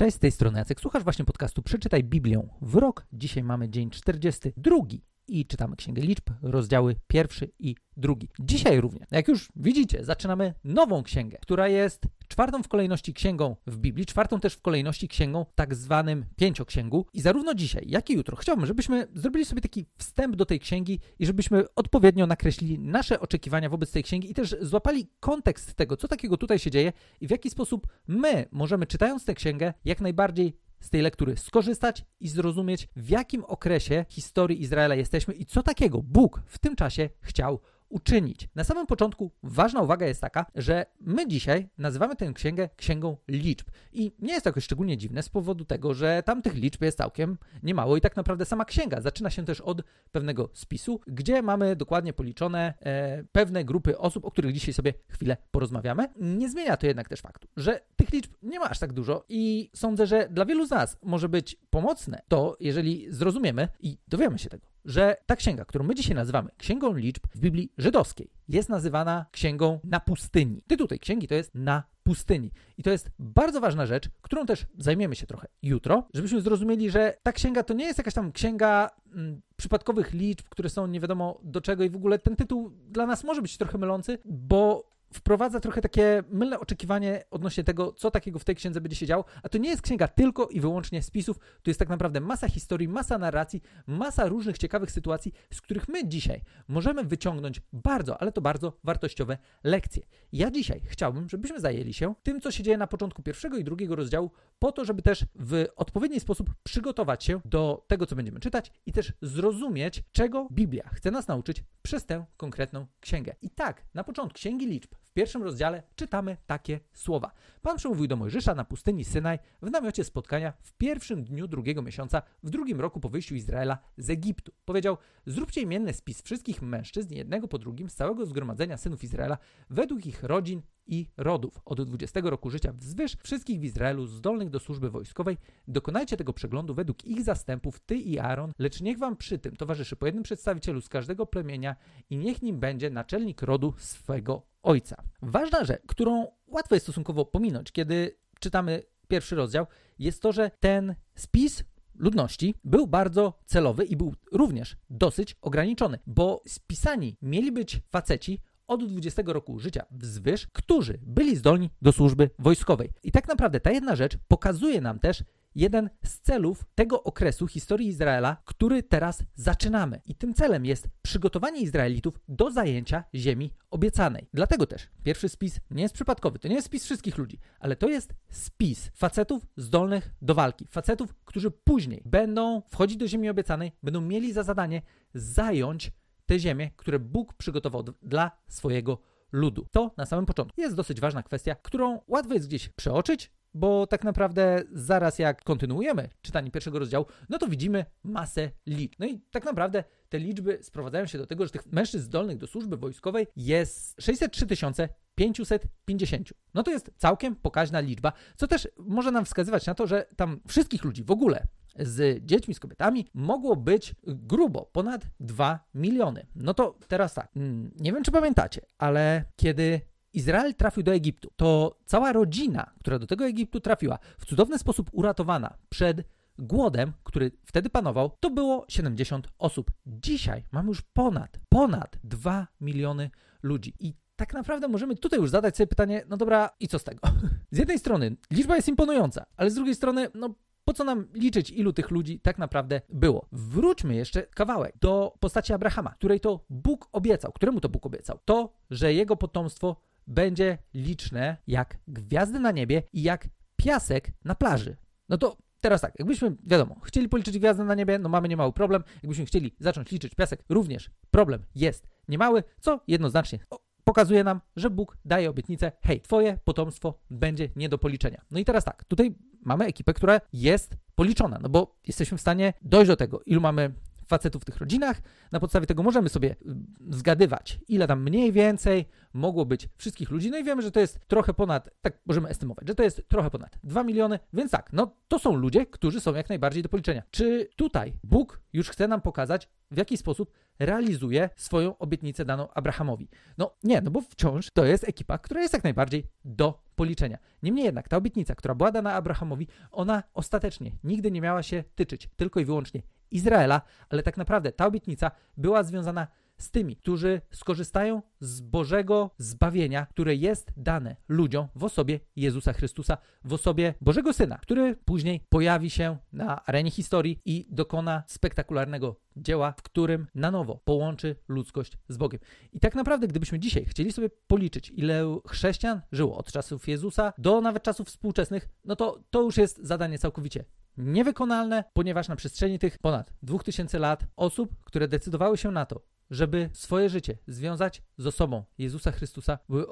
Cześć, z tej strony Jacek. Słuchasz właśnie podcastu Przeczytaj Biblię w rok. Dzisiaj mamy dzień 42 i czytamy Księgę Liczb, rozdziały 1 i 2. Dzisiaj również, jak już widzicie, zaczynamy nową księgę, która jest czwartą w kolejności księgą w Biblii, czwartą też w kolejności księgą tak zwanym pięcioksięgu. I zarówno dzisiaj, jak i jutro chciałbym, żebyśmy zrobili sobie taki wstęp do tej księgi i żebyśmy odpowiednio nakreślili nasze oczekiwania wobec tej księgi i też złapali kontekst tego, co takiego tutaj się dzieje i w jaki sposób my możemy, czytając tę księgę, jak najbardziej z tej lektury skorzystać i zrozumieć, w jakim okresie historii Izraela jesteśmy i co takiego Bóg w tym czasie chciał uczynić. Na samym początku ważna uwaga jest taka, że my dzisiaj nazywamy tę księgę Księgą Liczb. I nie jest to jakoś szczególnie dziwne z powodu tego, że tam tych liczb jest całkiem niemało i tak naprawdę sama księga zaczyna się też od pewnego spisu, gdzie mamy dokładnie policzone pewne grupy osób, o których dzisiaj sobie chwilę porozmawiamy. Nie zmienia to jednak też faktu, że tych liczb nie ma aż tak dużo i sądzę, że dla wielu z nas może być pomocne to, jeżeli zrozumiemy i dowiemy się tego, że ta księga, którą my dzisiaj nazywamy Księgą Liczb w Biblii żydowskiej, jest nazywana Księgą na pustyni. Tytuł tej księgi to jest Na pustyni. I to jest bardzo ważna rzecz, którą też zajmiemy się trochę jutro, żebyśmy zrozumieli, że ta księga to nie jest jakaś tam księga przypadkowych liczb, które są nie wiadomo do czego i w ogóle ten tytuł dla nas może być trochę mylący, bo wprowadza trochę takie mylne oczekiwanie odnośnie tego, co takiego w tej księdze będzie się działo, a to nie jest księga tylko i wyłącznie spisów, to jest tak naprawdę masa historii, masa narracji, masa różnych ciekawych sytuacji, z których my dzisiaj możemy wyciągnąć bardzo, ale to bardzo wartościowe lekcje. Ja dzisiaj chciałbym, żebyśmy zajęli się tym, co się dzieje na początku pierwszego i drugiego rozdziału, po to, żeby też w odpowiedni sposób przygotować się do tego, co będziemy czytać i też zrozumieć, czego Biblia chce nas nauczyć przez tę konkretną księgę. I tak, na początku Księgi Liczb, w pierwszym rozdziale czytamy takie słowa. Pan przemówił do Mojżesza na pustyni Synaj w namiocie spotkania w pierwszym dniu drugiego miesiąca w drugim roku po wyjściu Izraela z Egiptu. Powiedział: zróbcie imienny spis wszystkich mężczyzn jednego po drugim z całego zgromadzenia synów Izraela według ich rodzin i rodów. Od 20 roku życia wzwyż wszystkich w Izraelu zdolnych do służby wojskowej. Dokonajcie tego przeglądu według ich zastępów, ty i Aaron, lecz niech wam przy tym towarzyszy po jednym przedstawicielu z każdego plemienia i niech nim będzie naczelnik rodu swego ojca. Ważna rzecz, którą łatwo jest stosunkowo pominąć, kiedy czytamy pierwszy rozdział, jest to, że ten spis ludności był bardzo celowy i był również dosyć ograniczony, bo spisani mieli być faceci od 20 roku życia wzwyż, którzy byli zdolni do służby wojskowej. I tak naprawdę ta jedna rzecz pokazuje nam też jeden z celów tego okresu historii Izraela, który teraz zaczynamy. I tym celem jest przygotowanie Izraelitów do zajęcia ziemi obiecanej. Dlatego też pierwszy spis nie jest przypadkowy. To nie jest spis wszystkich ludzi, ale to jest spis facetów zdolnych do walki. Facetów, którzy później będą wchodzić do ziemi obiecanej, będą mieli za zadanie zająć te ziemie, które Bóg przygotował dla swojego ludu. To na samym początku jest dosyć ważna kwestia, którą łatwo jest gdzieś przeoczyć, bo tak naprawdę zaraz jak kontynuujemy czytanie pierwszego rozdziału, no to widzimy masę liczb. No i tak naprawdę te liczby sprowadzają się do tego, że tych mężczyzn zdolnych do służby wojskowej jest 603 550. No to jest całkiem pokaźna liczba, co też może nam wskazywać na to, że tam wszystkich ludzi w ogóle z dziećmi, z kobietami mogło być grubo ponad 2 miliony. No to teraz tak, nie wiem czy pamiętacie, ale kiedy Izrael trafił do Egiptu, to cała rodzina, która do tego Egiptu trafiła, w cudowny sposób uratowana przed głodem, który wtedy panował, to było 70 osób. Dzisiaj mamy już ponad 2 miliony ludzi. I tak naprawdę możemy tutaj już zadać sobie pytanie, no dobra, i co z tego? Z jednej strony liczba jest imponująca, ale z drugiej strony, no po co nam liczyć, ilu tych ludzi tak naprawdę było? Wróćmy jeszcze kawałek do postaci Abrahama, któremu to Bóg obiecał. To, że jego potomstwo będzie liczne jak gwiazdy na niebie i jak piasek na plaży. No to teraz tak, jakbyśmy, wiadomo, chcieli policzyć gwiazdy na niebie, no mamy niemały problem. Jakbyśmy chcieli zacząć liczyć piasek, również problem jest niemały, co jednoznacznie pokazuje nam, że Bóg daje obietnicę: hej, twoje potomstwo będzie nie do policzenia. No i teraz tak, tutaj mamy ekipę, która jest policzona, no bo jesteśmy w stanie dojść do tego, ilu mamy facetów w tych rodzinach. Na podstawie tego możemy sobie zgadywać, ile tam mniej więcej mogło być wszystkich ludzi. No i wiemy, że to jest trochę ponad, tak możemy estymować, że to jest trochę ponad 2 miliony, więc tak, no to są ludzie, którzy są jak najbardziej do policzenia. Czy tutaj Bóg już chce nam pokazać, w jaki sposób realizuje swoją obietnicę daną Abrahamowi. No nie, no bo wciąż to jest ekipa, która jest jak najbardziej do policzenia. Niemniej jednak ta obietnica, która była dana Abrahamowi, ona ostatecznie nigdy nie miała się tyczyć tylko i wyłącznie Izraela, ale tak naprawdę ta obietnica była związana z tymi, którzy skorzystają z Bożego zbawienia, które jest dane ludziom w osobie Jezusa Chrystusa, w osobie Bożego Syna, który później pojawi się na arenie historii i dokona spektakularnego dzieła, w którym na nowo połączy ludzkość z Bogiem. I tak naprawdę, gdybyśmy dzisiaj chcieli sobie policzyć, ile chrześcijan żyło od czasów Jezusa do nawet czasów współczesnych, no to już jest zadanie całkowicie niewykonalne, ponieważ na przestrzeni tych ponad 2000 lat osób, które decydowały się na to, żeby swoje życie związać z osobą Jezusa Chrystusa, były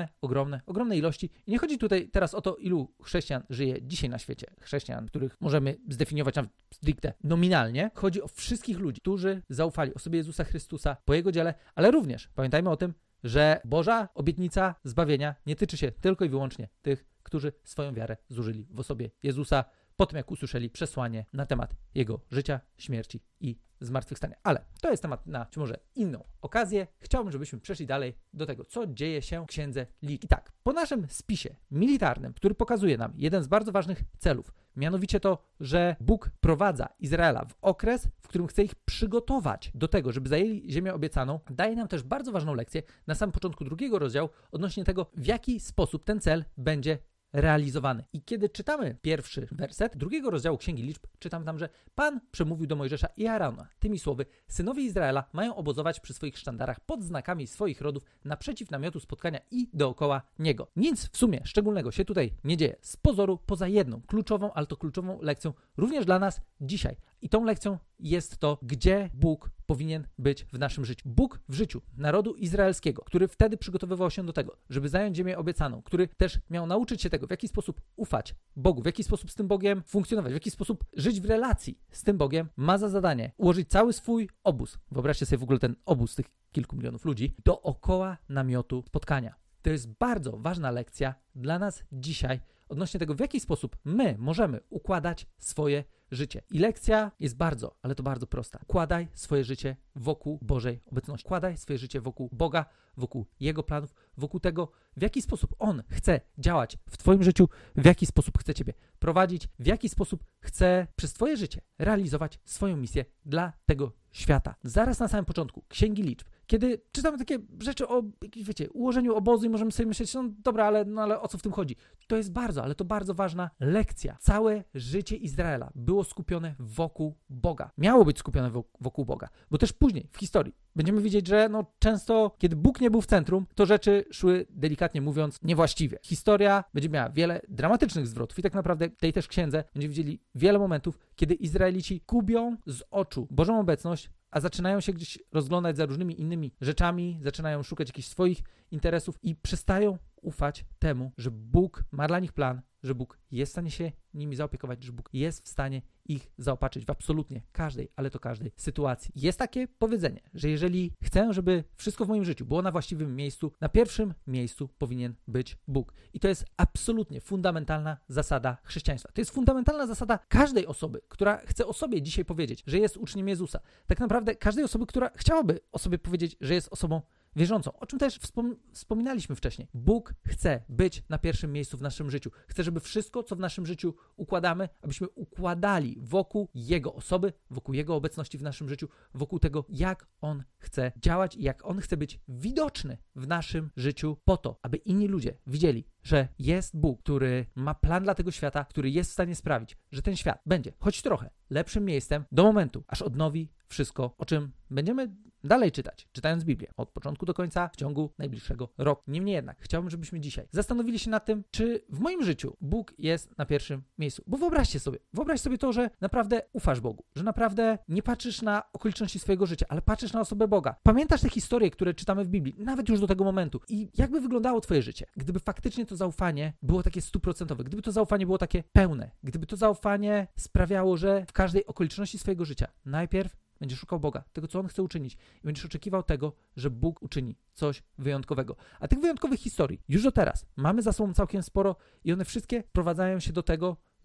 ogromne ilości. I nie chodzi tutaj teraz o to, ilu chrześcijan żyje dzisiaj na świecie. Chrześcijan, których możemy zdefiniować nawet stricte nominalnie. Chodzi o wszystkich ludzi, którzy zaufali osobie Jezusa Chrystusa po Jego dziele, ale również pamiętajmy o tym, że Boża obietnica zbawienia nie tyczy się tylko i wyłącznie tych, którzy swoją wiarę złożyli w osobie Jezusa po tym, jak usłyszeli przesłanie na temat Jego życia, śmierci i zmartwychwstania. Ale to jest temat na może inną okazję. Chciałbym, żebyśmy przeszli dalej do tego, co dzieje się w Księdze Liczb. I tak, po naszym spisie militarnym, który pokazuje nam jeden z bardzo ważnych celów, mianowicie to, że Bóg prowadza Izraela w okres, w którym chce ich przygotować do tego, żeby zajęli ziemię obiecaną, daje nam też bardzo ważną lekcję na samym początku 2 rozdziału odnośnie tego, w jaki sposób ten cel będzie realizowany. I kiedy czytamy pierwszy werset 2 rozdziału Księgi Liczb, czytam tam, że Pan przemówił do Mojżesza i Aarona tymi słowy: synowie Izraela mają obozować przy swoich sztandarach pod znakami swoich rodów naprzeciw namiotu spotkania i dookoła niego. Nic w sumie szczególnego się tutaj nie dzieje. Z pozoru poza jedną kluczową, ale to kluczową lekcją również dla nas dzisiaj. I tą lekcją jest to, gdzie Bóg powinien być w naszym życiu. Bóg w życiu narodu izraelskiego, który wtedy przygotowywał się do tego, żeby zająć ziemię obiecaną, który też miał nauczyć się tego, w jaki sposób ufać Bogu, w jaki sposób z tym Bogiem funkcjonować, w jaki sposób żyć w relacji z tym Bogiem, ma za zadanie ułożyć cały swój obóz. Wyobraźcie sobie w ogóle ten obóz tych kilku milionów ludzi dookoła namiotu spotkania. To jest bardzo ważna lekcja dla nas dzisiaj odnośnie tego, w jaki sposób my możemy układać swoje życie. I lekcja jest bardzo, ale to bardzo prosta. Układaj swoje życie wokół Bożej obecności. Układaj swoje życie wokół Boga, wokół Jego planów, wokół tego, w jaki sposób On chce działać w Twoim życiu, w jaki sposób chce Ciebie prowadzić, w jaki sposób chce przez Twoje życie realizować swoją misję dla tego świata. Zaraz na samym początku Księgi Liczb, kiedy czytamy takie rzeczy o jakimś, ułożeniu obozu i możemy sobie myśleć, no dobra, ale o co w tym chodzi? To jest bardzo ważna lekcja. Całe życie Izraela było skupione wokół Boga. Miało być skupione wokół Boga, bo też później w historii będziemy widzieć, że często, kiedy Bóg nie był w centrum, to rzeczy szły, delikatnie mówiąc, niewłaściwie. Historia będzie miała wiele dramatycznych zwrotów i tak naprawdę w tej też księdze będziemy widzieli wiele momentów, kiedy Izraelici gubią z oczu Bożą obecność, a zaczynają się gdzieś rozglądać za różnymi innymi rzeczami, zaczynają szukać jakichś swoich interesów i przestają ufać temu, że Bóg ma dla nich plan, że Bóg jest w stanie się nimi zaopiekować, że Bóg jest w stanie ich zaopatrzyć w absolutnie każdej, ale to każdej sytuacji. Jest takie powiedzenie, że jeżeli chcę, żeby wszystko w moim życiu było na właściwym miejscu, na pierwszym miejscu powinien być Bóg. I to jest absolutnie fundamentalna zasada chrześcijaństwa. To jest fundamentalna zasada każdej osoby, która chce o sobie dzisiaj powiedzieć, że jest uczniem Jezusa. Tak naprawdę każdej osoby, która chciałaby o sobie powiedzieć, że jest osobą wierzącą, o czym też wspominaliśmy wcześniej. Bóg chce być na pierwszym miejscu w naszym życiu. Chce, żeby wszystko, co w naszym życiu układamy, abyśmy układali wokół Jego osoby, wokół Jego obecności w naszym życiu, wokół tego, jak On chce działać i jak On chce być widoczny w naszym życiu po to, aby inni ludzie widzieli, że jest Bóg, który ma plan dla tego świata, który jest w stanie sprawić, że ten świat będzie choć trochę lepszym miejscem do momentu, aż odnowi wszystko, o czym będziemy dalej czytając Biblię, od początku do końca w ciągu najbliższego roku. Niemniej jednak, chciałbym, żebyśmy dzisiaj zastanowili się nad tym, czy w moim życiu Bóg jest na pierwszym miejscu. Bo wyobraź sobie to, że naprawdę ufasz Bogu, że naprawdę nie patrzysz na okoliczności swojego życia, ale patrzysz na osobę Boga. Pamiętasz te historie, które czytamy w Biblii, nawet już do tego momentu. I jakby wyglądało twoje życie, gdyby faktycznie to zaufanie było takie 100%, gdyby to zaufanie było takie pełne, gdyby to zaufanie sprawiało, że w każdej okoliczności swojego życia najpierw będziesz szukał Boga, tego, co On chce uczynić i będziesz oczekiwał tego, że Bóg uczyni coś wyjątkowego. A tych wyjątkowych historii już do teraz mamy za sobą całkiem sporo i one wszystkie prowadzają się do tego, że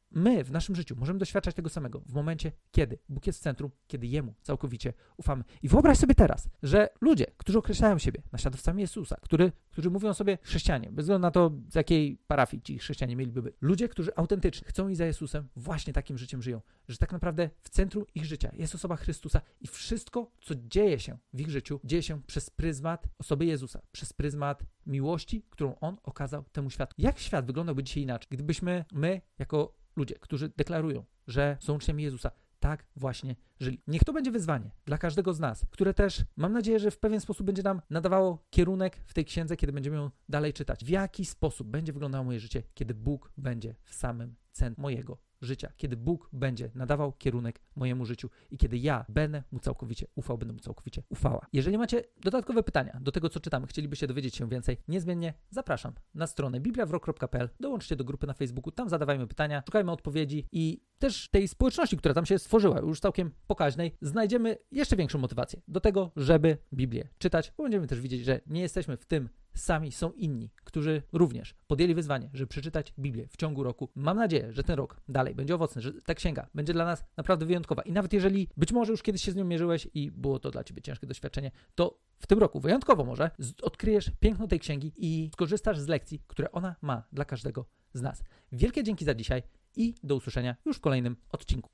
my w naszym życiu możemy doświadczać tego samego w momencie, kiedy Bóg jest w centrum, kiedy Jemu całkowicie ufamy. I wyobraź sobie teraz, że ludzie, którzy określają siebie naśladowcami Jezusa, którzy mówią sobie chrześcijanie, bez względu na to, z jakiej parafii ci chrześcijanie mieliby być. Ludzie, którzy autentycznie chcą iść za Jezusem, właśnie takim życiem żyją. Że tak naprawdę w centrum ich życia jest osoba Chrystusa i wszystko, co dzieje się w ich życiu, dzieje się przez pryzmat osoby Jezusa, przez pryzmat miłości, którą On okazał temu światu. Jak świat wyglądałby dzisiaj inaczej, gdybyśmy my, jako ludzie, którzy deklarują, że są uczniami Jezusa, tak właśnie żyli. Niech to będzie wyzwanie dla każdego z nas, które też, mam nadzieję, że w pewien sposób będzie nam nadawało kierunek w tej księdze, kiedy będziemy ją dalej czytać. W jaki sposób będzie wyglądało moje życie, kiedy Bóg będzie w samym centrum mojego życia, kiedy Bóg będzie nadawał kierunek mojemu życiu i kiedy ja będę mu całkowicie ufał, będę mu całkowicie ufała. Jeżeli macie dodatkowe pytania do tego, co czytamy, chcielibyście dowiedzieć się więcej, niezmiennie zapraszam na stronę bibliawrok.pl, dołączcie do grupy na Facebooku, tam zadawajmy pytania, szukajmy odpowiedzi i też tej społeczności, która tam się stworzyła, już całkiem pokaźnej, znajdziemy jeszcze większą motywację do tego, żeby Biblię czytać, bo będziemy też widzieć, że nie jesteśmy w tym sami, są inni, którzy również podjęli wyzwanie, żeby przeczytać Biblię w ciągu roku. Mam nadzieję, że ten rok dalej będzie owocny, że ta księga będzie dla nas naprawdę wyjątkowa i nawet jeżeli być może już kiedyś się z nią mierzyłeś i było to dla ciebie ciężkie doświadczenie, to w tym roku wyjątkowo może odkryjesz piękno tej księgi i skorzystasz z lekcji, które ona ma dla każdego z nas. Wielkie dzięki za dzisiaj i do usłyszenia już w kolejnym odcinku.